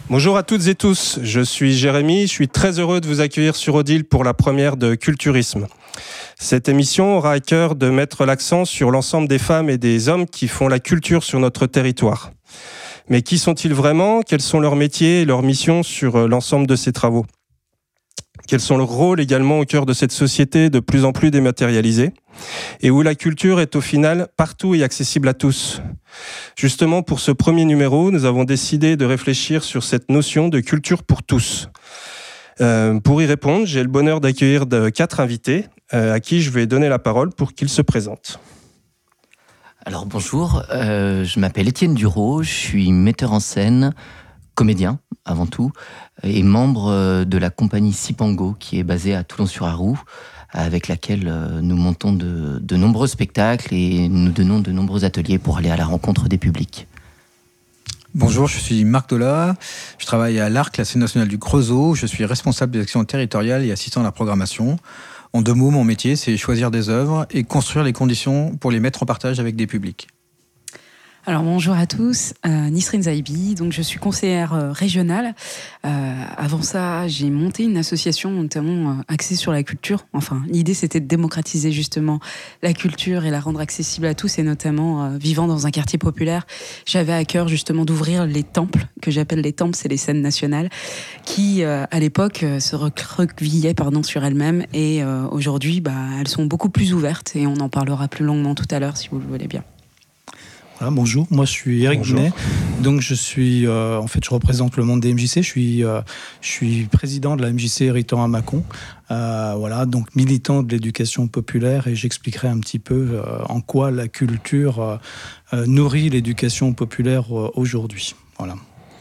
Bonjour à toutes et tous, je suis Jérémy, je suis très heureux de vous accueillir sur Odile pour la première de Culturisme. Cette émission aura à cœur de mettre l'accent sur l'ensemble des femmes et des hommes qui font la culture sur notre territoire. Mais qui sont-ils vraiment ? Quels sont leurs métiers et leurs missions sur l'ensemble de ces travaux ? Quels sont leurs rôles également au cœur de cette société de plus en plus dématérialisée et où la culture est au final partout et accessible à tous. Justement, pour ce premier numéro, nous avons décidé de réfléchir sur cette notion de culture pour tous. Pour y répondre, j'ai le bonheur d'accueillir 4 invités à qui je vais donner la parole pour qu'ils se présentent. Alors bonjour, je m'appelle Étienne Duro, je suis metteur en scène, comédien avant tout, et membre de la compagnie Sipango qui est basée à Toulon-sur-Arroux, avec laquelle nous montons de nombreux spectacles et nous donnons de nombreux ateliers pour aller à la rencontre des publics. Bonjour, je suis Marc Dola, je travaille à l'ARC, la scène nationale du Creusot, je suis responsable des actions territoriales et assistant à la programmation. En 2 mots, mon métier, c'est choisir des œuvres et construire les conditions pour les mettre en partage avec des publics. Alors bonjour à tous, Nisrine Zaibi, donc je suis conseillère régionale. Avant ça, j'ai monté une association notamment axée sur la culture. Enfin, l'idée c'était de démocratiser justement la culture et la rendre accessible à tous, et notamment vivant dans un quartier populaire. J'avais à cœur justement d'ouvrir les temples, que j'appelle les temples, c'est les scènes nationales, qui à l'époque se recroquevillaient sur elles-mêmes, et aujourd'hui elles sont beaucoup plus ouvertes, et on en parlera plus longuement tout à l'heure si vous le voulez bien. Voilà, bonjour, moi je suis Eric Guinet, donc je suis, je représente le monde des MJC, je suis président de la MJC Héritant à Mâcon, donc militant de l'éducation populaire, et j'expliquerai un petit peu en quoi la culture nourrit l'éducation populaire aujourd'hui. Voilà.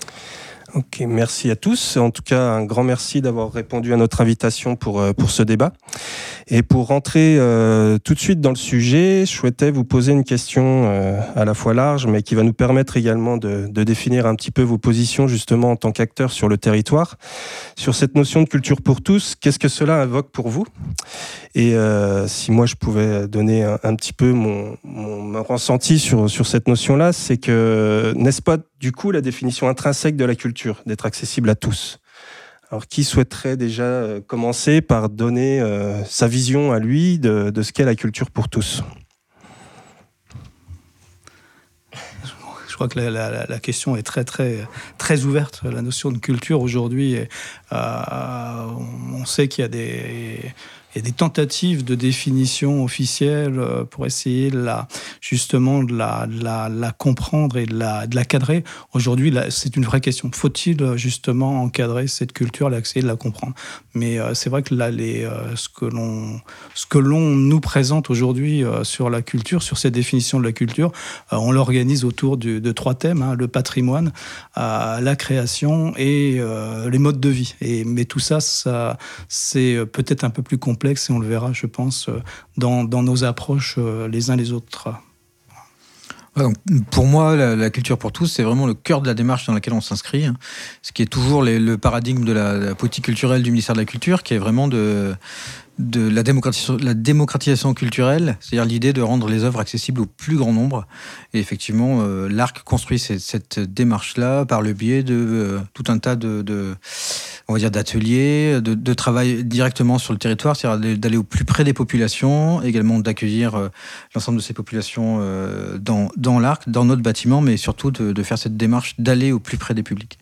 Ok, merci à tous. En tout cas, un grand merci d'avoir répondu à notre invitation pour ce débat. Et pour rentrer tout de suite dans le sujet, je souhaitais vous poser une question à la fois large, mais qui va nous permettre également de définir un petit peu vos positions justement en tant qu'acteurs sur le territoire. Sur cette notion de culture pour tous, qu'est-ce que cela invoque pour vous ? Et si moi je pouvais donner un petit peu mon ressenti sur cette notion-là, c'est que, n'est-ce pas du coup la définition intrinsèque de la culture, d'être accessible à tous ? Alors, qui souhaiterait déjà commencer par donner sa vision à lui de ce qu'est la culture pour tous ? Je crois que la question est très, très, très ouverte. La notion de culture aujourd'hui, on sait qu'il y a des tentatives de définition officielle pour essayer de la comprendre et de la cadrer. Aujourd'hui, c'est une vraie question. Faut-il justement encadrer cette culture, l'accès, de la comprendre ? Mais c'est vrai que là, ce que l'on nous présente aujourd'hui sur la culture, sur cette définition de la culture, on l'organise autour de 3 thèmes, le patrimoine, la création et les modes de vie. Mais tout ça, c'est peut-être un peu plus complexe, et on le verra, je pense, dans nos approches les uns les autres. Donc, pour moi, la culture pour tous, c'est vraiment le cœur de la démarche dans laquelle on s'inscrit, ce qui est toujours le paradigme de la politique culturelle du ministère de la Culture, qui est vraiment de la démocratisation culturelle, c'est-à-dire l'idée de rendre les œuvres accessibles au plus grand nombre. Et effectivement, l'ARC construit cette démarche-là par le biais de tout un tas d'ateliers, de travail directement sur le territoire, c'est-à-dire d'aller au plus près des populations, également d'accueillir l'ensemble de ces populations dans l'ARC, dans notre bâtiment, mais surtout de faire cette démarche d'aller au plus près des publics.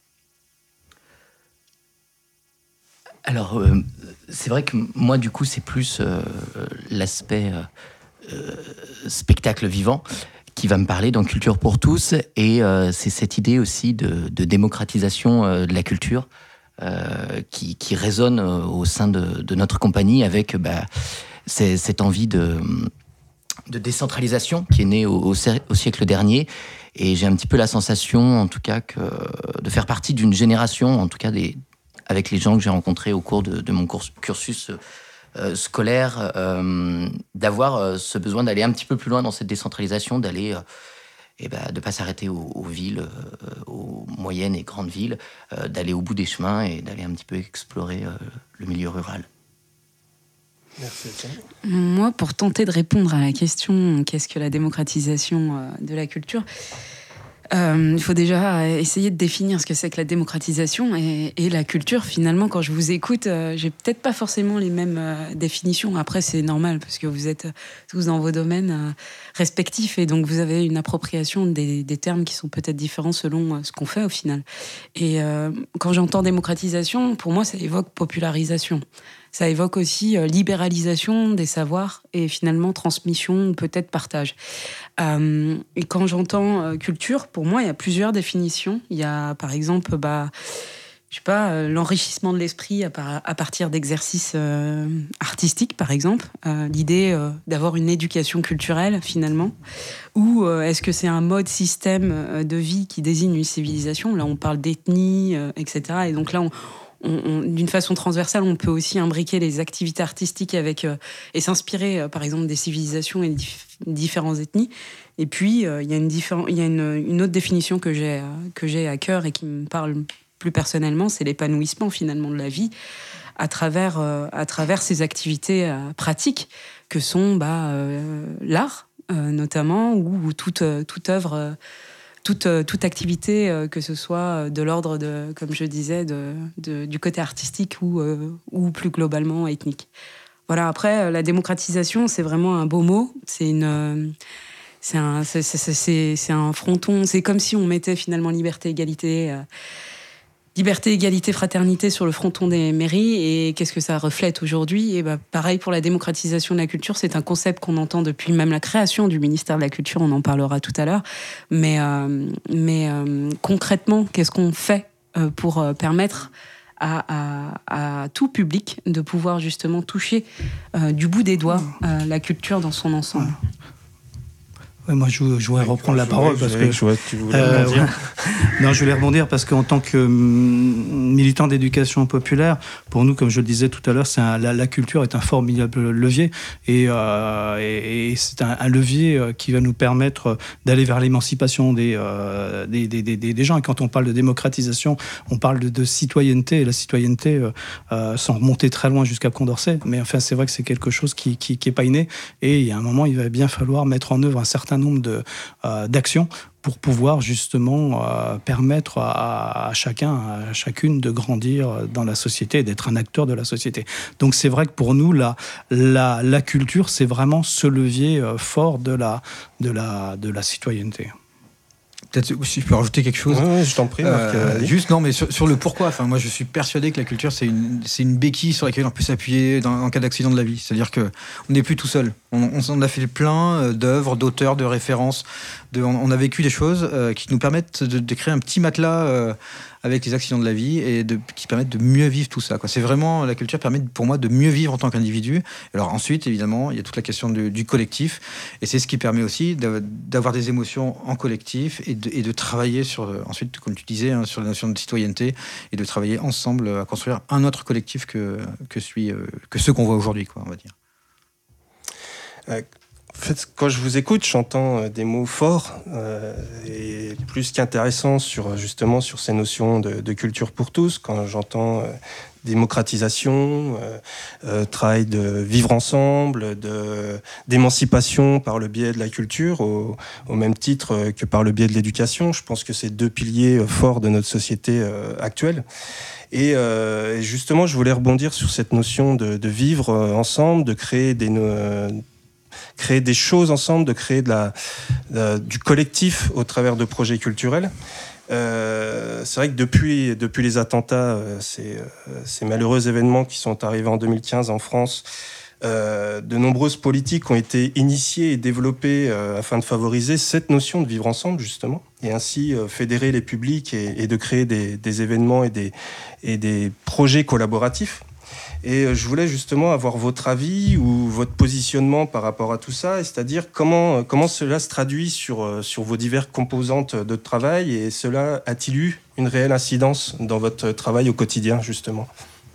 Alors, c'est vrai que moi, du coup, c'est plus l'aspect spectacle vivant qui va me parler dans Culture pour tous, et c'est cette idée aussi de démocratisation de la culture qui résonne au sein de notre compagnie avec cette envie de décentralisation qui est née au siècle dernier. Et j'ai un petit peu la sensation, en tout cas, de faire partie d'une génération, en tout cas avec les gens que j'ai rencontrés au cours de mon cursus scolaire, d'avoir ce besoin d'aller un petit peu plus loin dans cette décentralisation, d'aller de pas s'arrêter aux villes, aux moyennes et grandes villes, d'aller au bout des chemins et d'aller un petit peu explorer le milieu rural. Merci. Moi, pour tenter de répondre à la question qu'est-ce que la démocratisation de la culture, Il faut déjà essayer de définir ce que c'est que la démocratisation et la culture. Finalement, quand je vous écoute, j'ai peut-être pas forcément les mêmes définitions. Après, c'est normal parce que vous êtes tous dans vos domaines respectifs et donc vous avez une appropriation des termes qui sont peut-être différents selon ce qu'on fait au final. Et quand j'entends démocratisation, pour moi, ça évoque popularisation. Ça évoque aussi libéralisation des savoirs et finalement transmission ou peut-être partage. Et quand j'entends culture, pour moi, il y a plusieurs définitions. Il y a par exemple, l'enrichissement de l'esprit à partir d'exercices artistiques, par exemple. L'idée d'avoir une éducation culturelle, finalement. Ou est-ce que c'est un mode système de vie qui désigne une civilisation ? Là, on parle d'ethnie, etc. Et donc là, d'une façon transversale, on peut aussi imbriquer les activités artistiques avec et s'inspirer, par exemple, des civilisations et différentes ethnies. Et puis, il y a une autre définition que j'ai à cœur et qui me parle plus personnellement, c'est l'épanouissement finalement de la vie à travers ces activités pratiques que sont l'art, notamment, ou toute œuvre. Toute activité, que ce soit de l'ordre de, comme je disais, du côté artistique ou plus globalement ethnique. Voilà. Après, la démocratisation, c'est vraiment un beau mot. C'est un fronton. C'est comme si on mettait finalement liberté, égalité, fraternité sur le fronton des mairies. Et qu'est-ce que ça reflète aujourd'hui ? Et pareil pour la démocratisation de la culture, c'est un concept qu'on entend depuis même la création du ministère de la Culture, on en parlera tout à l'heure. Mais concrètement, qu'est-ce qu'on fait pour permettre à tout public de pouvoir justement toucher du bout des doigts la culture dans son ensemble ? Ouais, moi, je voudrais reprendre la parole parce que tu voulais rebondir. Non, je voulais rebondir parce qu'en tant que militant d'éducation populaire, pour nous, comme je le disais tout à l'heure, la culture est un formidable levier et c'est un levier qui va nous permettre d'aller vers l'émancipation des gens. Et quand on parle de démocratisation, on parle de citoyenneté. Et la citoyenneté, sans remonter très loin jusqu'à Condorcet, mais enfin, c'est vrai que c'est quelque chose qui est pas inné. Et il y a un moment, il va bien falloir mettre en œuvre un certain nombre d'actions pour pouvoir justement permettre à chacun, à chacune de grandir dans la société et d'être un acteur de la société. Donc c'est vrai que pour nous, la culture, c'est vraiment ce levier fort de la citoyenneté. Peut-être si je peux rajouter quelque chose. Oui, je t'en prie, Marc. Juste, non, mais sur le pourquoi. Enfin, moi, je suis persuadé que la culture, c'est une béquille sur laquelle on peut s'appuyer en cas d'accident de la vie. C'est-à-dire qu'on n'est plus tout seul. On a fait plein d'œuvres, d'auteurs, de références. On a vécu des choses qui nous permettent de créer un petit matelas avec les accidents de la vie et qui permettent de mieux vivre tout ça, quoi. C'est vraiment, la culture permet pour moi de mieux vivre en tant qu'individu. Alors ensuite, évidemment, il y a toute la question du collectif et c'est ce qui permet aussi d'avoir des émotions en collectif et de travailler ensuite, comme tu disais, sur la notion de citoyenneté et de travailler ensemble à construire un autre collectif que ceux qu'on voit aujourd'hui, quoi, on va dire. En fait, quand je vous écoute, j'entends des mots forts et plus qu'intéressants sur ces notions de culture pour tous. Quand j'entends démocratisation, travail de vivre ensemble, d'émancipation par le biais de la culture, au même titre que par le biais de l'éducation, je pense que c'est deux piliers forts de notre société actuelle. Et justement, je voulais rebondir sur cette notion de vivre ensemble, de créer des choses ensemble, de créer du collectif au travers de projets culturels. C'est vrai que depuis les attentats, ces malheureux événements qui sont arrivés en 2015 en France, de nombreuses politiques ont été initiées et développées afin de favoriser cette notion de vivre ensemble, justement, et ainsi fédérer les publics et de créer des événements et des projets collaboratifs. Et je voulais justement avoir votre avis ou votre positionnement par rapport à tout ça, c'est-à-dire comment cela se traduit sur vos diverses composantes de travail et cela a-t-il eu une réelle incidence dans votre travail au quotidien, justement ?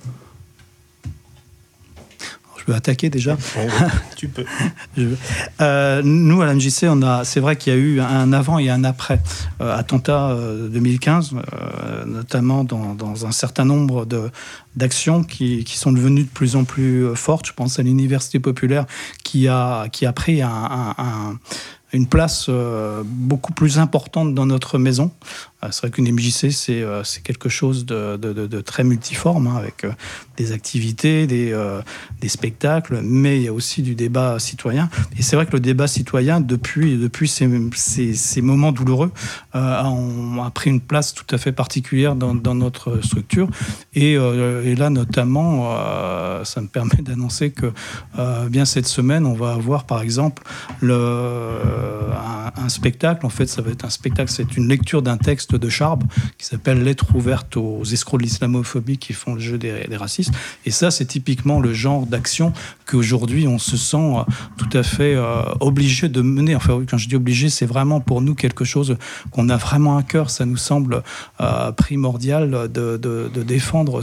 Je peux attaquer déjà ? Oui, tu peux. Nous, à l'MJC, c'est vrai qu'il y a eu un avant et un après attentat 2015, notamment dans un certain nombre d'actions qui sont devenues de plus en plus fortes. Je pense à l'Université populaire qui a pris une place beaucoup plus importante dans notre maison. C'est vrai qu'une MJC, c'est quelque chose de très multiforme, hein, avec des activités, des spectacles, mais il y a aussi du débat citoyen. Et c'est vrai que le débat citoyen, depuis ces moments douloureux, a pris une place tout à fait particulière dans notre structure. Et là, notamment, ça me permet d'annoncer que bien cette semaine, on va avoir, par exemple, un spectacle. En fait, ça va être un spectacle, c'est une lecture d'un texte de Charb qui s'appelle Lettre ouverte aux escrocs de l'islamophobie qui font le jeu des racistes. Et ça, c'est typiquement le genre d'action qu'aujourd'hui on se sent tout à fait obligé de mener. Enfin, quand je dis obligé, c'est vraiment pour nous quelque chose qu'on a vraiment à cœur. Ça nous semble primordial de défendre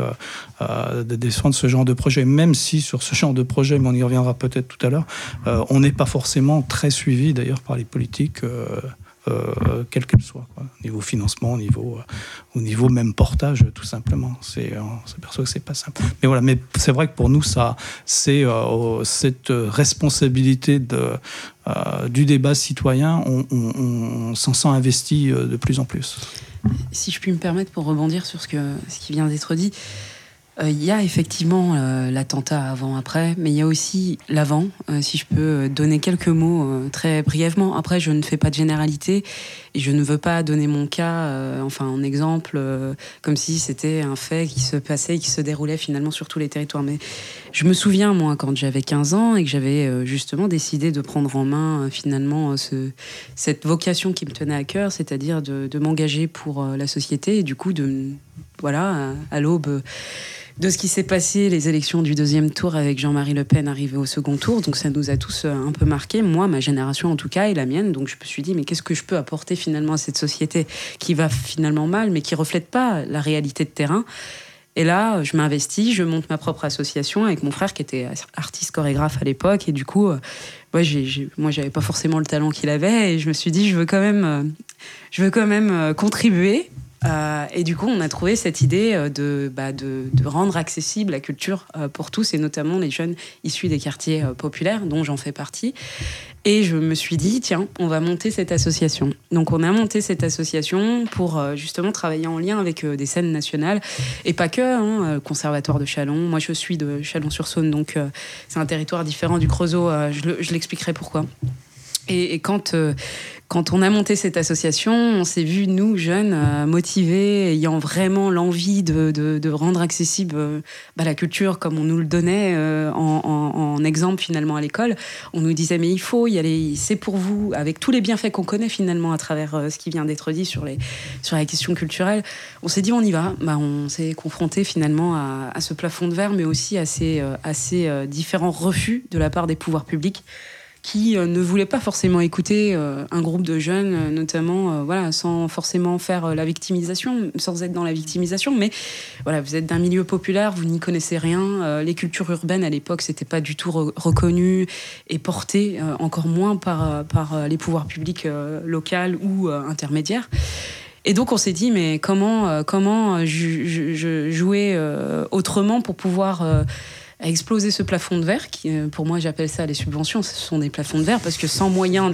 ce genre de projet. Même si sur ce genre de projet, mais on y reviendra peut-être tout à l'heure, on n'est pas forcément très suivi d'ailleurs par les politiques. Quelle qu'elle soit, quoi. Au niveau financement, au niveau même portage, tout simplement. On s'aperçoit que c'est pas simple. Mais voilà, mais c'est vrai que pour nous, ça, c'est cette responsabilité du débat citoyen, on s'en sent investi de plus en plus. Si je puis me permettre pour rebondir sur ce qui vient d'être dit, il y a effectivement l'attentat avant-après, mais il y a aussi l'avant. Si je peux donner quelques mots très brièvement. Après, je ne fais pas de généralité et je ne veux pas donner mon cas en exemple comme si c'était un fait qui se passait et qui se déroulait finalement sur tous les territoires. Mais je me souviens, moi, quand j'avais 15 ans et que j'avais justement décidé de prendre en main finalement cette vocation qui me tenait à cœur, c'est-à-dire de m'engager pour la société et du coup, à l'aube de ce qui s'est passé, les élections du deuxième tour avec Jean-Marie Le Pen arrivé au second tour. Donc ça nous a tous un peu marqué, moi, ma génération en tout cas, et la mienne. Donc je me suis dit, mais qu'est-ce que je peux apporter finalement à cette société qui va finalement mal, mais qui reflète pas la réalité de terrain. Et là, je m'investis, je monte ma propre association avec mon frère qui était artiste chorégraphe à l'époque. Et du coup, moi, j'avais pas forcément le talent qu'il avait. Et je me suis dit, je veux quand même contribuer. Et du coup, on a trouvé cette idée de rendre accessible la culture pour tous, et notamment les jeunes issus des quartiers populaires, dont j'en fais partie. Et je me suis dit, tiens, on va monter cette association. Donc, on a monté cette association pour justement travailler en lien avec des scènes nationales, et pas que, le Conservatoire de Châlons. Moi, je suis de Chalon-sur-Saône, donc c'est un territoire différent du Creusot. Je l'expliquerai pourquoi. Et quand on a monté cette association, on s'est vu, nous, jeunes, motivés, ayant vraiment l'envie de rendre accessible la culture comme on nous le donnait en exemple finalement à l'école. On nous disait, mais il faut y aller, c'est pour vous, avec tous les bienfaits qu'on connaît finalement à travers ce qui vient d'être dit sur la question culturelle. On s'est dit, on y va. On s'est confronté finalement à ce plafond de verre, mais aussi à ces différents refus de la part des pouvoirs publics, qui ne voulaient pas forcément écouter un groupe de jeunes, notamment, sans forcément faire la victimisation, sans être dans la victimisation. Mais voilà, vous êtes d'un milieu populaire, vous n'y connaissez rien. Les cultures urbaines, à l'époque, c'était pas du tout reconnu et porté, encore moins par les pouvoirs publics locaux ou intermédiaires. Et donc, on s'est dit, mais comment jouer autrement pour pouvoir à exploser ce plafond de verre, qui, pour moi, j'appelle ça les subventions. Ce sont des plafonds de verre parce que sans moyens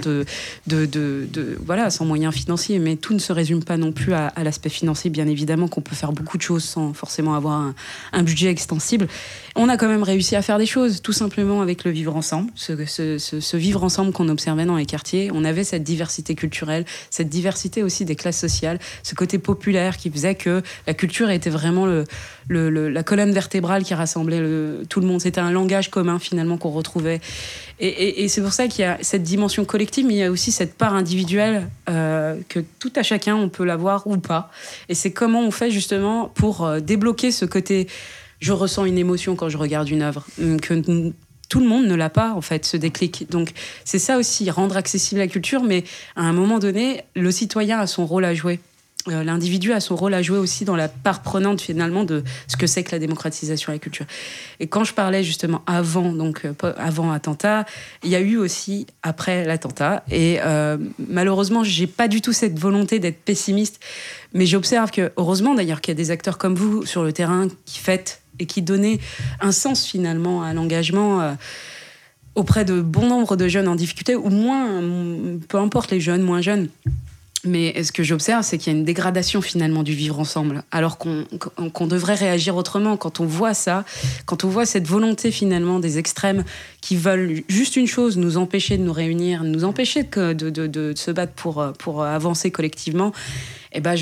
sans moyens financiers, mais tout ne se résume pas non plus à l'aspect financier. Bien évidemment qu'on peut faire beaucoup de choses sans forcément avoir un budget extensible. On a quand même réussi à faire des choses, tout simplement avec le vivre ensemble. Ce vivre ensemble qu'on observait dans les quartiers, on avait cette diversité culturelle, cette diversité aussi des classes sociales, ce côté populaire qui faisait que la culture était vraiment la colonne vertébrale qui rassemblait tout le monde. C'était un langage commun finalement qu'on retrouvait. Et c'est pour ça qu'il y a cette dimension collective, mais il y a aussi cette part individuelle que tout à chacun, on peut l'avoir ou pas. Et c'est comment on fait justement pour débloquer ce côté... Je ressens une émotion quand je regarde une œuvre, que tout le monde ne l'a pas, en fait, ce déclic. Donc, c'est ça aussi, rendre accessible la culture, mais à un moment donné, le citoyen a son rôle à jouer. L'individu a son rôle à jouer aussi dans la part prenante, finalement, de ce que c'est que la démocratisation de la culture. Et quand je parlais, justement, avant l'attentat, il y a eu aussi après l'attentat. Et malheureusement, j'ai pas du tout cette volonté d'être pessimiste, mais j'observe que, heureusement d'ailleurs, qu'il y a des acteurs comme vous sur le terrain qui fêtent et qui donnaient un sens, finalement, à l'engagement. auprès de bon nombre de jeunes en difficulté, ou moins, peu importe les jeunes, moins jeunes. Mais ce que j'observe, c'est qu'il y a une dégradation finalement du vivre ensemble, alors qu'on devrait réagir autrement. Quand on voit ça, quand on voit cette volonté finalement des extrêmes qui veulent juste une chose, nous empêcher de nous réunir, nous empêcher de se battre pour avancer collectivement, eh ben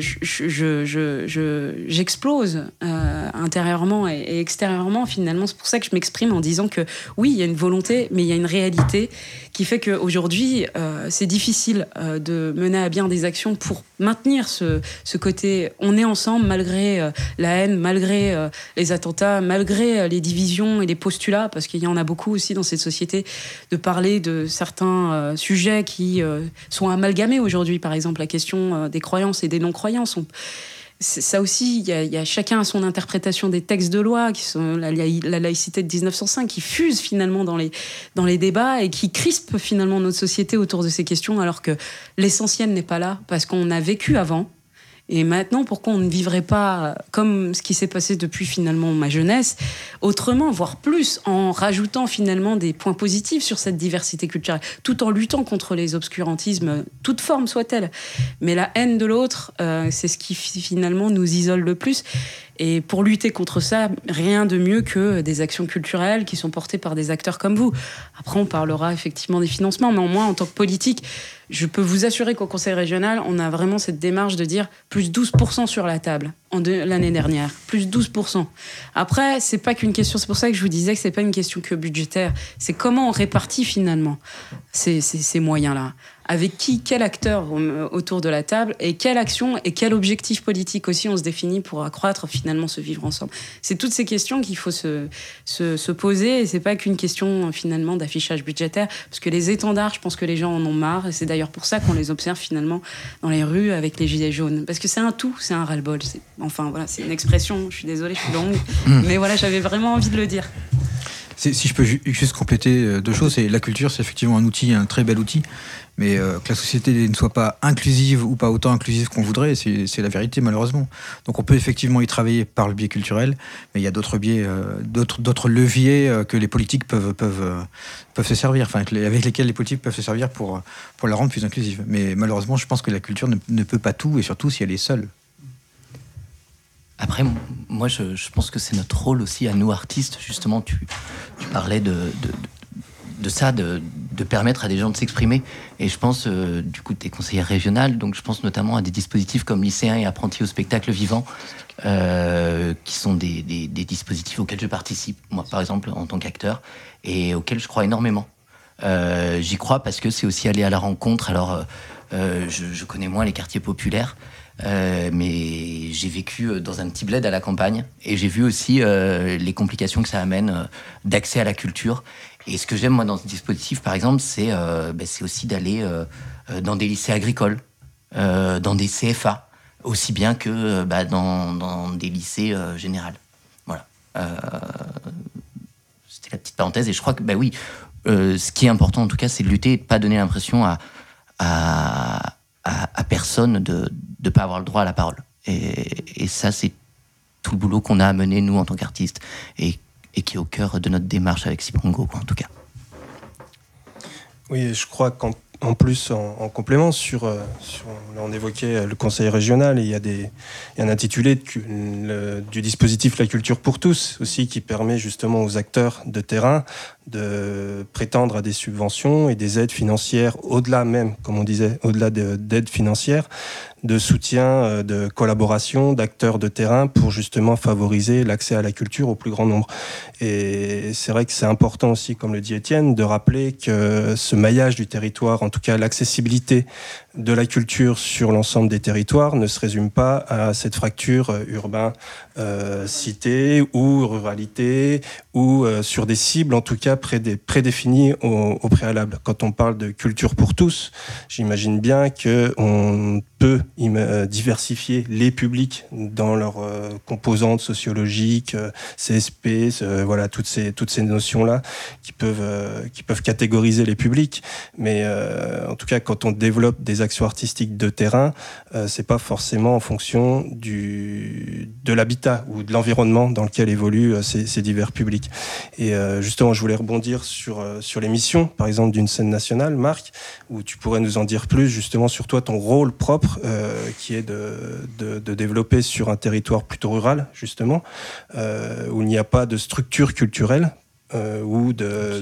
j'explose intérieurement et extérieurement finalement. C'est pour ça que je m'exprime en disant que oui, il y a une volonté, mais il y a une réalité qui fait qu'aujourd'hui, c'est difficile de mener à bien des actions pour maintenir ce côté on est ensemble malgré la haine, malgré les attentats, malgré les divisions et les postulats, parce qu'il y en a beaucoup aussi dans cette société, de parler de certains sujets qui sont amalgamés aujourd'hui, par exemple la question des croyances et des non-croyances. Ça aussi, il y a chacun a son interprétation des textes de loi, qui sont la laïcité de 1905, qui fuse finalement dans les débats et qui crispe finalement notre société autour de ces questions, alors que l'essentiel n'est pas là, parce qu'on a vécu avant. Et maintenant, pourquoi on ne vivrait pas comme ce qui s'est passé depuis finalement ma jeunesse, autrement, voire plus, en rajoutant finalement des points positifs sur cette diversité culturelle, tout en luttant contre les obscurantismes, toute forme soit-elle. Mais la haine de l'autre, c'est ce qui finalement nous isole le plus. Et pour lutter contre ça, rien de mieux que des actions culturelles qui sont portées par des acteurs comme vous. Après, on parlera effectivement des financements, mais moi, en tant que politique, je peux vous assurer qu'au Conseil régional, on a vraiment cette démarche de dire plus 12% sur la table l'année dernière, plus 12%. Après, c'est pas qu'une question, c'est pour ça que je vous disais que c'est pas une question que budgétaire, c'est comment on répartit finalement ces moyens-là. Avec quel acteur autour de la table, et quelle action et quel objectif politique aussi on se définit pour accroître finalement ce vivre ensemble. C'est toutes ces questions qu'il faut se poser, et c'est pas qu'une question finalement d'affichage budgétaire, parce que les étendards, je pense que les gens en ont marre, et c'est d'ailleurs pour ça qu'on les observe finalement dans les rues avec les gilets jaunes, parce que c'est un tout, c'est un ras-le-bol. Enfin voilà, c'est une expression, je suis désolée, je suis longue, mais voilà, j'avais vraiment envie de le dire. Si je peux juste compléter deux choses, c'est la culture, c'est effectivement un outil, un très bel outil, mais que la société ne soit pas inclusive ou pas autant inclusive qu'on voudrait, c'est la vérité malheureusement. Donc on peut effectivement y travailler par le biais culturel, mais il y a d'autres biais, d'autres leviers que les politiques peuvent se servir, enfin avec lesquels les politiques peuvent se servir pour la rendre plus inclusive. Mais malheureusement, je pense que la culture ne peut pas tout, et surtout si elle est seule. Après, moi, je pense que c'est notre rôle aussi à nous, artistes. Justement, tu parlais de ça, de permettre à des gens de s'exprimer. Et je pense, du coup, tu es conseillère régionale, donc je pense notamment à des dispositifs comme lycéens et apprentis au spectacle vivant, qui sont des dispositifs auxquels je participe, moi, par exemple, en tant qu'acteur, et auxquels je crois énormément. J'y crois parce que c'est aussi aller à la rencontre. Alors, je connais moins les quartiers populaires, mais j'ai vécu dans un petit bled à la campagne, et j'ai vu aussi les complications que ça amène d'accès à la culture. Et ce que j'aime moi dans ce dispositif, par exemple, c'est aussi d'aller dans des lycées agricoles, dans des CFA, aussi bien que dans des lycées généraux. Voilà. C'était la petite parenthèse, et je crois que oui, ce qui est important en tout cas, c'est de lutter et de pas donner l'impression à personne de ne pas avoir le droit à la parole. Et ça, c'est tout le boulot qu'on a à mener, nous, en tant qu'artistes, et qui est au cœur de notre démarche avec Cibrango, en tout cas. Oui, je crois qu'en plus, en complément, là, on évoquait le conseil régional, et il y a un intitulé du dispositif La culture pour tous, aussi, qui permet justement aux acteurs de terrain de prétendre à des subventions et des aides financières, au-delà même, comme on disait, au-delà d'aides financières, de soutien, de collaboration d'acteurs de terrain pour justement favoriser l'accès à la culture au plus grand nombre. Et c'est vrai que c'est important aussi, comme le dit Étienne, de rappeler que ce maillage du territoire, en tout cas l'accessibilité de la culture sur l'ensemble des territoires, ne se résume pas à cette fracture urbain-cité ou ruralité, ou sur des cibles en tout cas prédéfinies au préalable. Quand on parle de culture pour tous, j'imagine bien qu'on peut diversifier les publics dans leurs composantes sociologiques, CSP, voilà, toutes ces notions-là qui peuvent catégoriser les publics. Mais en tout cas, quand on développe des actions artistiques de terrain, c'est pas forcément en fonction de l'habitat ou de l'environnement dans lequel évoluent ces divers publics. Et justement, je voulais rebondir sur les missions, par exemple, d'une scène nationale, Marc, où tu pourrais nous en dire plus justement sur toi, ton rôle propre, qui est de développer sur un territoire plutôt rural, justement, où il n'y a pas de structure culturelle ou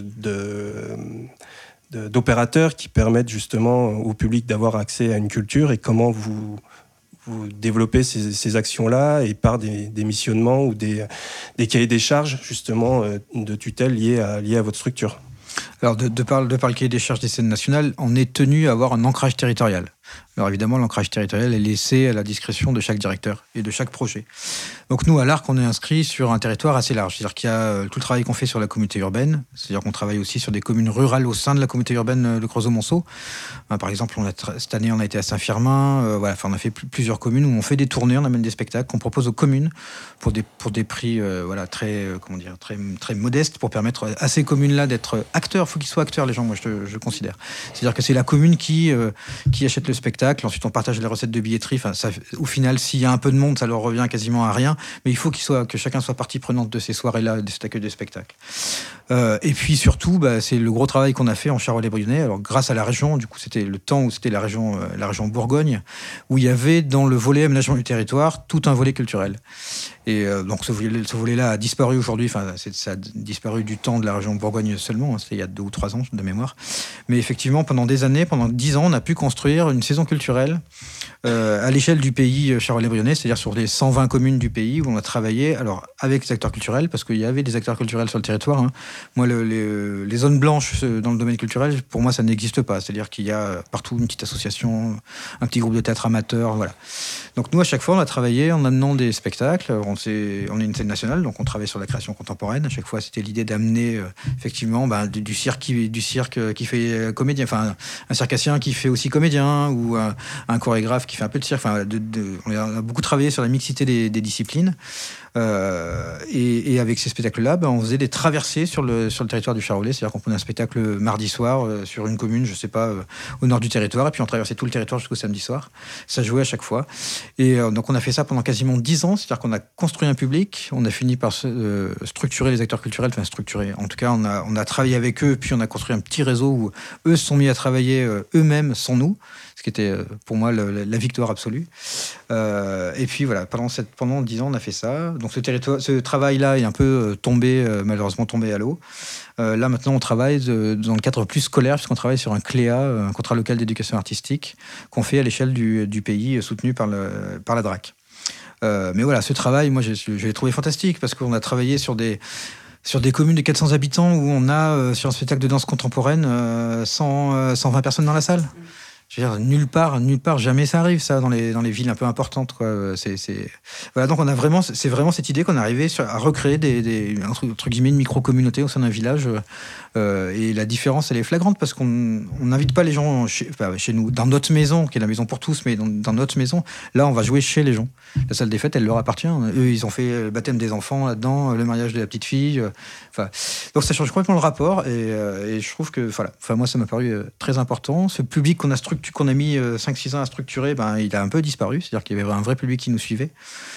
d'opérateurs qui permettent justement au public d'avoir accès à une culture, et comment vous développez ces actions-là, et par des missionnements ou des cahiers des charges justement de tutelle liés à votre structure. Alors, de par le cahier des charges des scènes nationales, on est tenu à avoir un ancrage territorial. Alors évidemment, l'ancrage territorial est laissé à la discrétion de chaque directeur et de chaque projet. Donc nous, à l'Arc, on est inscrit sur un territoire assez large. C'est-à-dire qu'il y a tout le travail qu'on fait sur la communauté urbaine, c'est-à-dire qu'on travaille aussi sur des communes rurales au sein de la communauté urbaine de Creusot-Monceau. Par exemple, cette année, on a été à Saint-Firmin. On a fait plusieurs communes où on fait des tournées, on amène des spectacles qu'on propose aux communes pour des prix très modestes, pour permettre à ces communes-là d'être acteurs. Il faut qu'ils soient acteurs, les gens, moi je considère. C'est-à-dire que c'est la commune qui achète le spectacle. Ensuite, on partage les recettes de billetterie. Au final, s'il y a un peu de monde, ça leur revient quasiment à rien. Mais il faut que chacun soit partie prenante de ces soirées-là, de cet accueil de spectacle. Et puis surtout, c'est le gros travail qu'on a fait en Charolais-Brionnais. Alors, grâce à la région, du coup, c'était le temps où c'était la région Bourgogne, où il y avait dans le volet aménagement du territoire tout un volet culturel. Et donc ce volet-là a disparu aujourd'hui. Ça a disparu du temps de la région Bourgogne seulement. C'était il y a 2 ou 3 ans de mémoire. Mais effectivement, pendant des années, pendant 10 ans, on a pu construire une saison culturelle à l'échelle du pays Charolais-Brionnais, c'est-à-dire sur les 120 communes du pays, où on a travaillé avec les acteurs culturels, parce qu'il y avait des acteurs culturels sur le territoire. Moi, les zones blanches dans le domaine culturel, pour moi, ça n'existe pas. C'est-à-dire qu'il y a partout une petite association, un petit groupe de théâtre amateur, voilà. Donc nous, à chaque fois, on a travaillé en amenant des spectacles. On est une scène nationale, donc on travaille sur la création contemporaine. À chaque fois, c'était l'idée d'amener effectivement du cirque qui fait comédien, un circassien qui fait aussi comédien, ou un chorégraphe qui fait un peu de cirque. On a beaucoup travaillé sur la mixité des disciplines. Et avec ces spectacles-là, on faisait des traversées sur le territoire du Charolais. C'est-à-dire qu'on prenait un spectacle mardi soir sur une commune, je sais pas, au nord du territoire, et puis on traversait tout le territoire jusqu'au samedi soir. Ça jouait à chaque fois. Et donc on a fait ça pendant quasiment 10 ans. C'est-à-dire qu'on a construit un public, on a fini par structurer les acteurs culturels, en tout cas on a travaillé avec eux, puis on a construit un petit réseau où eux se sont mis à travailler eux-mêmes sans nous, ce qui était pour moi la victoire absolue. Et puis voilà, pendant 10 ans on a fait ça. Donc ce travail-là est un peu malheureusement tombé à l'eau. Là maintenant on travaille dans le cadre plus scolaire, puisqu'on travaille sur un CLEA, un contrat local d'éducation artistique, qu'on fait à l'échelle du pays, soutenu par la DRAC. Mais voilà, ce travail, moi je l'ai trouvé fantastique, parce qu'on a travaillé sur des communes de 400 habitants, où on a sur un spectacle de danse contemporaine 120 personnes dans la salle. Je veux dire, nulle part, jamais ça arrive, ça, dans les villes un peu importantes, quoi. Voilà, donc c'est vraiment cette idée qu'on est arrivé à recréer entre guillemets, une micro-communauté au sein d'un village. Et la différence, elle est flagrante, parce qu'on n'invite pas les gens chez nous, dans notre maison, qui est la maison pour tous, mais dans notre maison. Là, on va jouer chez les gens. La salle des fêtes, elle leur appartient. Eux, ils ont fait le baptême des enfants là-dedans, le mariage de la petite fille. Donc ça change complètement le rapport, et je trouve que, moi, ça m'a paru très important. Ce public qu'on a mis 5-6 ans à structurer, il a un peu disparu. C'est-à-dire qu'il y avait un vrai public qui nous suivait.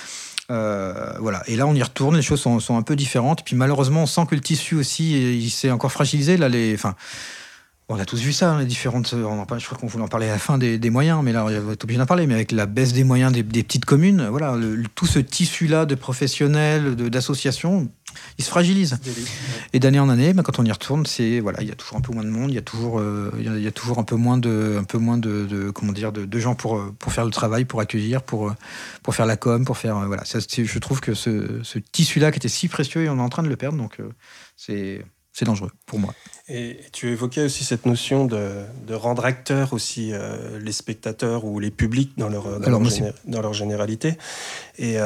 Voilà. Et là, on y retourne, les choses sont un peu différentes. Puis malheureusement, on sent que le tissu aussi, il s'est encore fragilisé. Là, on a tous vu ça, les différentes. Je crois qu'on voulait en parler à la fin des moyens, mais là, on va être obligé d'en parler. Mais avec la baisse des moyens des petites communes, voilà, tout ce tissu-là de professionnels, d'associations, il se fragilise. Et d'année en année, quand on y retourne, il y a toujours un peu moins de monde, il y a toujours un peu moins de gens pour faire le travail, pour accueillir, pour faire la com, pour faire je trouve que ce tissu-là qui était si précieux, et on est en train de le perdre, donc c'est c'est dangereux pour moi. Et tu évoquais aussi cette notion de rendre acteurs aussi les spectateurs ou les publics dans leur généralité. Et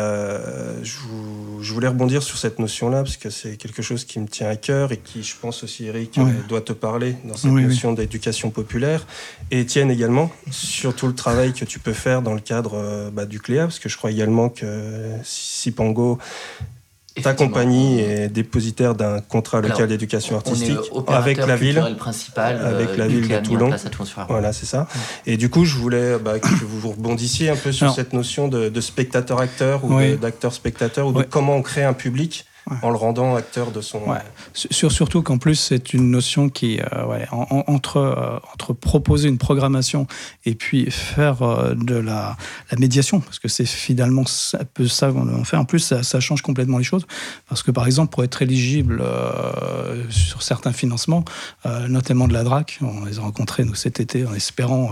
je voulais rebondir sur cette notion-là, parce que c'est quelque chose qui me tient à cœur et qui, je pense aussi, Eric, doit te parler dans cette notion d'éducation populaire. Et Étienne également, sur tout le travail que tu peux faire dans le cadre du CLEA, parce que je crois également que Cipango... Ta compagnie est dépositaire d'un contrat local d'éducation artistique avec la ville, avec la ville de Toulon. Voilà, c'est ça. Et du coup, je voulais que vous rebondissiez un peu sur cette notion de spectateur-acteur ou d'acteur-spectateur, ou de comment on crée un public en le rendant acteur de son... Surtout qu'en plus, c'est une notion qui, entre proposer une programmation et puis faire de la médiation, parce que c'est finalement un peu ça qu'on fait. En plus, ça change complètement les choses, parce que par exemple, pour être éligible sur certains financements, notamment de la DRAC, on les a rencontrés nous cet été en espérant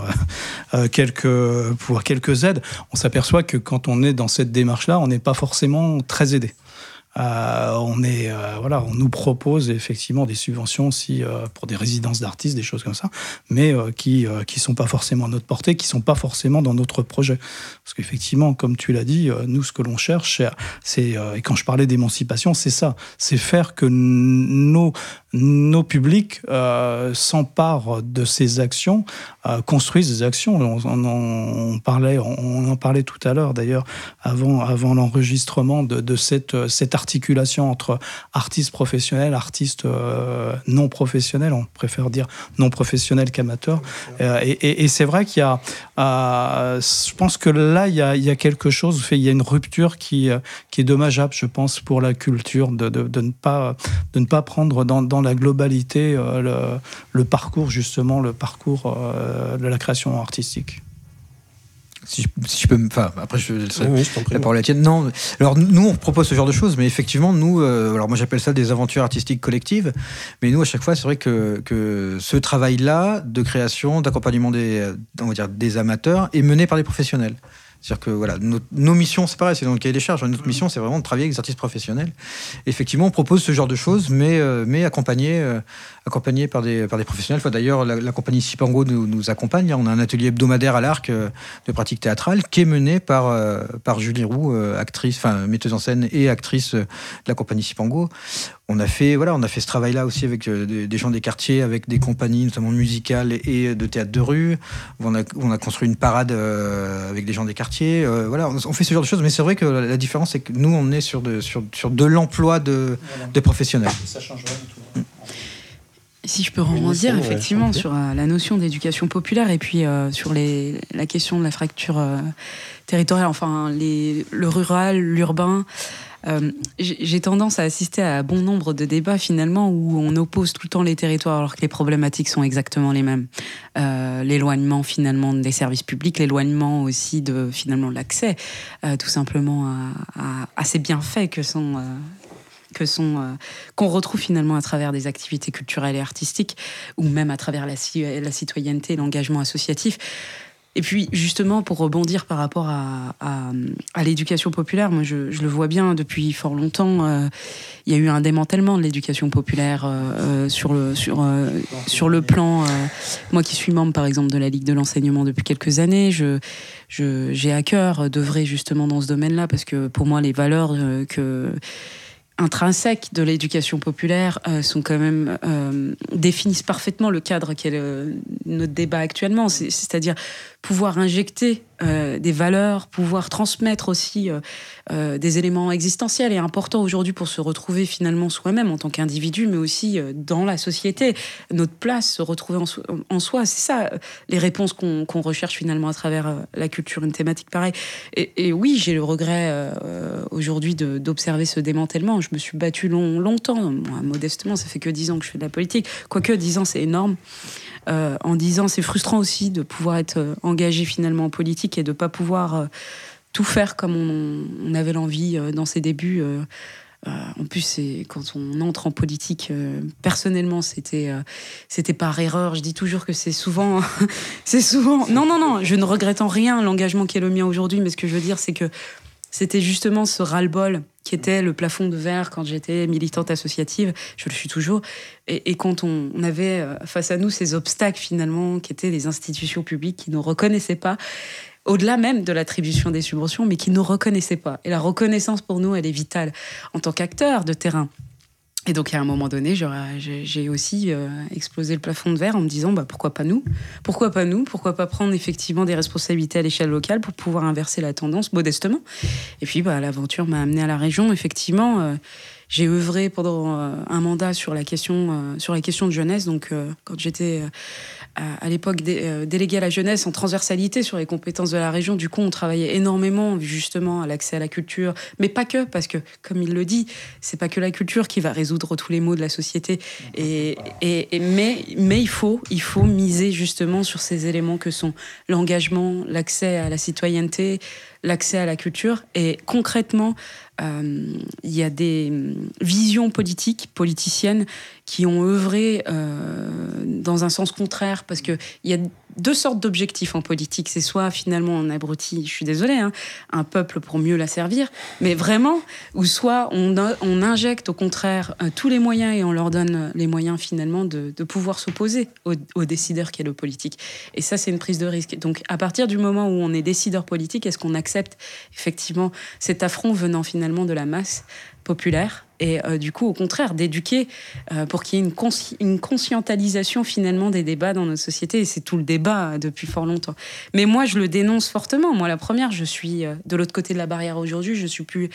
quelques aides, on s'aperçoit que quand on est dans cette démarche-là, on n'est pas forcément très aidé. On nous propose effectivement des subventions aussi pour des résidences d'artistes, des choses comme ça, mais qui sont pas forcément à notre portée, qui sont pas forcément dans notre projet. Parce qu'effectivement, comme tu l'as dit, nous, ce que l'on cherche, c'est et quand je parlais d'émancipation, c'est ça, c'est faire que nos publics s'emparent de ces actions, construisent des actions. On en parlait tout à l'heure, d'ailleurs, avant l'enregistrement de cette articulation entre artistes professionnels, artistes non professionnels, on préfère dire non professionnels qu'amateurs. Et c'est vrai qu'il y a, je pense que là, il y a quelque chose, il y a une rupture qui est dommageable, je pense, pour la culture, de ne pas prendre dans la globalité le parcours, justement, de la création artistique. Si je peux, après je laisserai la parole à Étienne. Non, alors nous on propose ce genre de choses, mais effectivement nous, alors moi j'appelle ça des aventures artistiques collectives, mais nous à chaque fois c'est vrai que ce travail-là de création, d'accompagnement des amateurs est mené par des professionnels. C'est-à-dire que voilà, nos missions, c'est pareil, c'est dans le cahier des charges. Notre mission, c'est vraiment de travailler avec des artistes professionnels. Effectivement, on propose ce genre de choses, mais accompagné par des professionnels. Enfin, d'ailleurs, la compagnie Cipango nous accompagne. On a un atelier hebdomadaire à l'Arc de pratique théâtrale qui est mené par Julie Roux, metteuse en scène et actrice de la compagnie Cipango. On a fait ce travail-là aussi avec des gens des quartiers, avec des compagnies notamment musicales et de théâtre de rue. On a construit une parade avec des gens des quartiers. On fait ce genre de choses, mais c'est vrai que la différence, c'est que nous, on est sur de l'emploi de professionnels. Ça change rien du tout. Si je peux rebondir effectivement sur la notion d'éducation populaire et puis sur la question de la fracture territoriale, enfin le rural, l'urbain. J'ai tendance à assister à bon nombre de débats finalement où on oppose tout le temps les territoires alors que les problématiques sont exactement les mêmes. L'éloignement finalement des services publics, l'éloignement aussi de finalement l'accès tout simplement à ces bienfaits qu'on retrouve finalement à travers des activités culturelles et artistiques ou même à travers la citoyenneté et l'engagement associatif. Et puis, justement, pour rebondir par rapport à l'éducation populaire, moi, je le vois bien depuis fort longtemps. Il y a eu un démantèlement de l'éducation populaire sur le plan... moi qui suis membre, par exemple, de la Ligue de l'enseignement depuis quelques années, j'ai à cœur d'œuvrer justement dans ce domaine-là, parce que pour moi, les valeurs intrinsèques de l'éducation populaire sont quand même définissent parfaitement le cadre qu'est notre débat actuellement, c'est-à-dire pouvoir injecter des valeurs, pouvoir transmettre aussi des éléments existentiels et importants aujourd'hui pour se retrouver finalement soi-même en tant qu'individu, mais aussi dans la société, notre place, se retrouver en soi. C'est ça les réponses qu'on recherche finalement à travers la culture, une thématique pareille. Et oui, j'ai le regret aujourd'hui d'observer ce démantèlement. Je me suis battue longtemps, moi, modestement, ça fait que 10 ans que je fais de la politique, quoique 10 ans c'est énorme. En 10 ans, c'est frustrant aussi de pouvoir être engagé finalement en politique et de ne pas pouvoir tout faire comme on avait l'envie dans ses débuts. En plus, quand on entre en politique, personnellement, c'était par erreur. Je dis toujours que c'est souvent... Non, je ne regrette en rien l'engagement qui est le mien aujourd'hui, mais ce que je veux dire, c'est que c'était justement ce ras-le-bol qui était le plafond de verre quand j'étais militante associative, je le suis toujours, et quand on avait face à nous ces obstacles finalement qui étaient les institutions publiques qui ne nous reconnaissaient pas, au-delà même de l'attribution des subventions, mais qui ne nous reconnaissaient pas. Et la reconnaissance pour nous, elle est vitale en tant qu'acteur de terrain. Et donc, à un moment donné, j'ai aussi explosé le plafond de verre en me disant pourquoi pas nous ? Pourquoi pas nous ? Pourquoi pas prendre effectivement des responsabilités à l'échelle locale pour pouvoir inverser la tendance modestement ? Et puis, l'aventure m'a amené à la région. Effectivement, j'ai œuvré pendant un mandat sur la question de jeunesse. Donc, quand j'étais à l'époque déléguée à la jeunesse en transversalité sur les compétences de la région, du coup, on travaillait énormément justement à l'accès à la culture, mais pas que, parce que, comme il le dit, c'est pas que la culture qui va résoudre tous les maux de la société. Mais il faut miser justement sur ces éléments que sont l'engagement, l'accès à la citoyenneté, l'accès à la culture. Et concrètement, il y a des visions politiciennes qui ont œuvré dans un sens contraire, parce qu'il y a deux sortes d'objectifs en politique. C'est soit finalement on abrutit, je suis désolée, un peuple pour mieux la servir, mais vraiment, ou soit on injecte au contraire tous les moyens et on leur donne les moyens finalement de pouvoir s'opposer au décideur qui est le politique. Et ça, c'est une prise de risque. Donc à partir du moment où on est décideur politique, est-ce qu'on accepte effectivement cet affront venant finalement de la masse populaire, et du coup, au contraire, d'éduquer pour qu'il y ait une conscientisation finalement des débats dans notre société. Et c'est tout le débat depuis fort longtemps. Mais moi, je le dénonce fortement. Moi, la première, je suis de l'autre côté de la barrière aujourd'hui. Je suis plus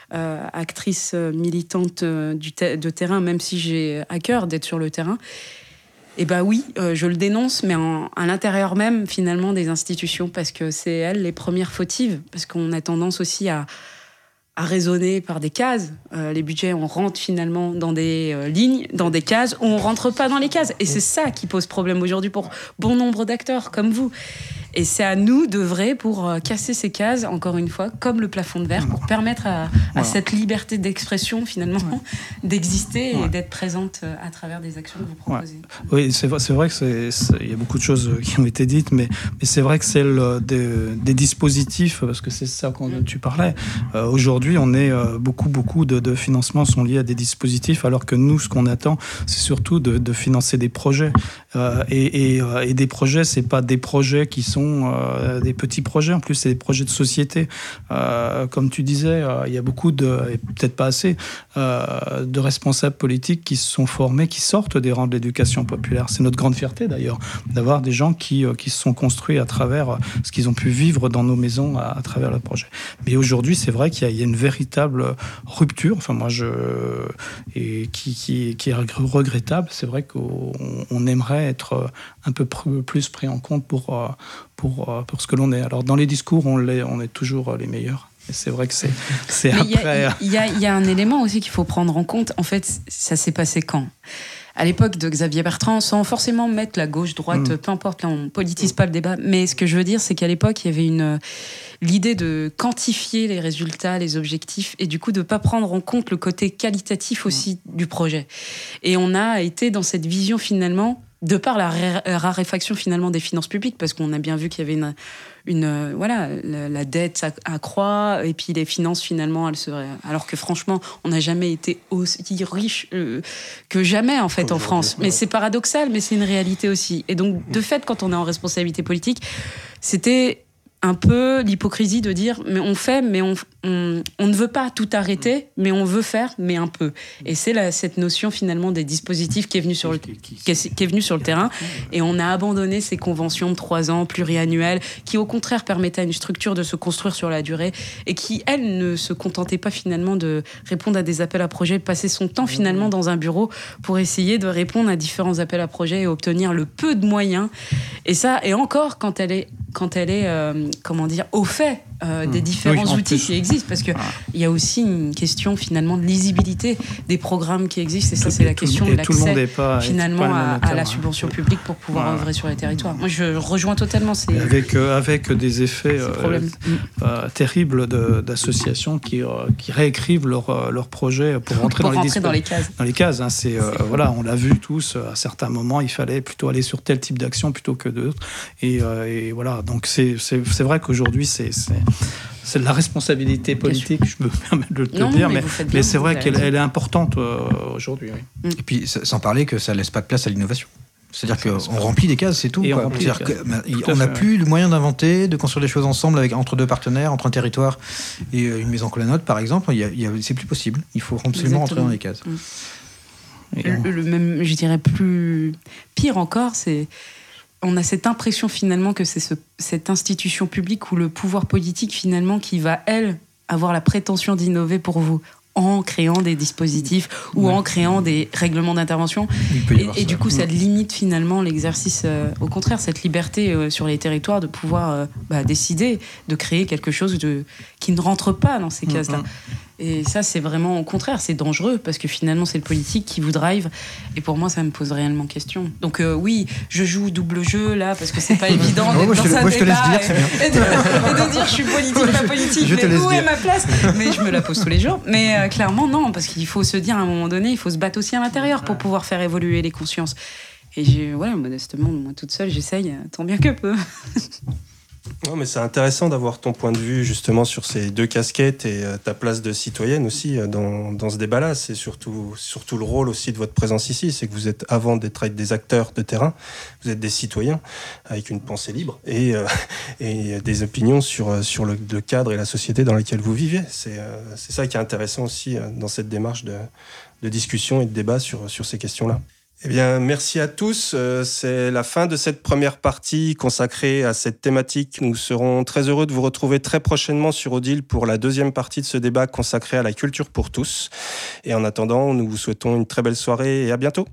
actrice militante de terrain, même si j'ai à cœur d'être sur le terrain. Et oui, je le dénonce, mais à l'intérieur même, finalement, des institutions, parce que c'est elles les premières fautives, parce qu'on a tendance aussi à raisonner par des cases. Les budgets, on rentre finalement dans des lignes, dans des cases, où on rentre pas dans les cases. Et c'est ça qui pose problème aujourd'hui pour bon nombre d'acteurs comme vous. Et c'est à nous d'œuvrer pour casser ces cases, encore une fois, comme le plafond de verre, pour permettre à cette liberté d'expression, finalement, d'exister et d'être présente à travers des actions que vous proposez. Oui, c'est vrai que il y a beaucoup de choses qui ont été dites, mais c'est vrai que celle des dispositifs, parce que c'est ça dont tu parlais, aujourd'hui, on est beaucoup de financements sont liés à des dispositifs, alors que nous, ce qu'on attend, c'est surtout de financer des projets. Et des projets, c'est pas des projets qui sont des petits projets, en plus c'est des projets de société. Comme tu disais, il y a beaucoup et peut-être pas assez, de responsables politiques qui se sont formés, qui sortent des rangs de l'éducation populaire. C'est notre grande fierté d'ailleurs, d'avoir des gens qui se sont construits à travers ce qu'ils ont pu vivre dans nos maisons à travers le projet. Mais aujourd'hui, c'est vrai qu'il y a une véritable rupture, qui est regrettable. C'est vrai qu'on aimerait être un peu plus pris en compte pour ce que l'on est. Alors dans les discours, on est toujours les meilleurs. Et c'est vrai que c'est après. Il y a un élément aussi qu'il faut prendre en compte. En fait, ça s'est passé quand ? À l'époque de Xavier Bertrand, sans forcément mettre la gauche-droite, peu importe, là on politise pas le débat, mais ce que je veux dire, c'est qu'à l'époque, il y avait l'idée de quantifier les résultats, les objectifs, et du coup de pas prendre en compte le côté qualitatif aussi du projet. Et on a été dans cette vision finalement, de par la raréfaction finalement des finances publiques, parce qu'on a bien vu qu'il y avait la dette accroît, et puis les finances finalement elles seraient, alors que franchement on n'a jamais été aussi riche que jamais en fait en France. Mais c'est paradoxal, mais c'est une réalité aussi. Et donc de fait, quand on est en responsabilité politique, c'était un peu l'hypocrisie de dire mais on fait, mais on ne veut pas tout arrêter, mais on veut faire, mais un peu. Et c'est cette notion finalement des dispositifs qui est venue sur le terrain, et on a abandonné ces conventions de 3 ans pluriannuelles qui au contraire permettaient à une structure de se construire sur la durée, et qui elle ne se contentait pas finalement de répondre à des appels à projets, de passer son temps finalement dans un bureau pour essayer de répondre à différents appels à projets et obtenir le peu de moyens. Et ça, et encore quand elle est au fait des différents outils qui existent, parce qu'il y a aussi une question finalement de lisibilité des programmes qui existent, et ça c'est la question de l'accès finalement à la subvention publique pour pouvoir œuvrer sur les territoires. Moi je rejoins totalement avec des effets terribles d'associations qui réécrivent leurs projets pour rentrer dans les cases. Dans les cases, on l'a vu tous, à certains moments il fallait plutôt aller sur tel type d'action plutôt que d'autres, et voilà, donc c'est vrai qu'aujourd'hui c'est de la responsabilité politique, je me permets de le dire, mais c'est vrai qu'elle est importante aujourd'hui. Oui. Et puis, sans parler que ça ne laisse pas de place à l'innovation. C'est-à-dire qu'on remplit des cases, c'est tout. On n'a plus le moyen d'inventer, de construire des choses ensemble entre deux partenaires, entre un territoire et une maison que la nôtre, par exemple. C'est plus possible. Il faut absolument rentrer dans les cases. Le même, je dirais plus pire encore, c'est on a cette impression finalement que c'est cette institution publique ou le pouvoir politique finalement qui va, elle, avoir la prétention d'innover pour vous, en créant des dispositifs ou en créant des règlements d'intervention. Et du coup, ça limite finalement l'exercice, au contraire, cette liberté sur les territoires de pouvoir décider de créer quelque chose qui ne rentre pas dans ces cases-là. Et ça, c'est vraiment au contraire, c'est dangereux parce que finalement, c'est le politique qui vous drive. Et pour moi, ça me pose réellement question. Donc oui, je joue double jeu là parce que c'est pas évident d'être dans un débat et de dire je suis politique, pas politique, mais où est ma place ? Mais je me la pose tous les jours. Mais clairement, non, parce qu'il faut se dire à un moment donné, il faut se battre aussi à l'intérieur pour pouvoir faire évoluer les consciences. Et modestement, moi toute seule, j'essaye tant bien que peu. Non, mais c'est intéressant d'avoir ton point de vue justement sur ces deux casquettes et ta place de citoyenne aussi dans ce débat-là. C'est surtout le rôle aussi de votre présence ici. C'est que vous êtes, avant d'être des acteurs de terrain, vous êtes des citoyens avec une pensée libre et des opinions sur le cadre et la société dans laquelle vous vivez. C'est ça qui est intéressant aussi dans cette démarche de discussion et de débat sur ces questions-là. Eh bien, merci à tous. C'est la fin de cette première partie consacrée à cette thématique. Nous serons très heureux de vous retrouver très prochainement sur Odile pour la deuxième partie de ce débat consacré à la culture pour tous. Et en attendant, nous vous souhaitons une très belle soirée et à bientôt.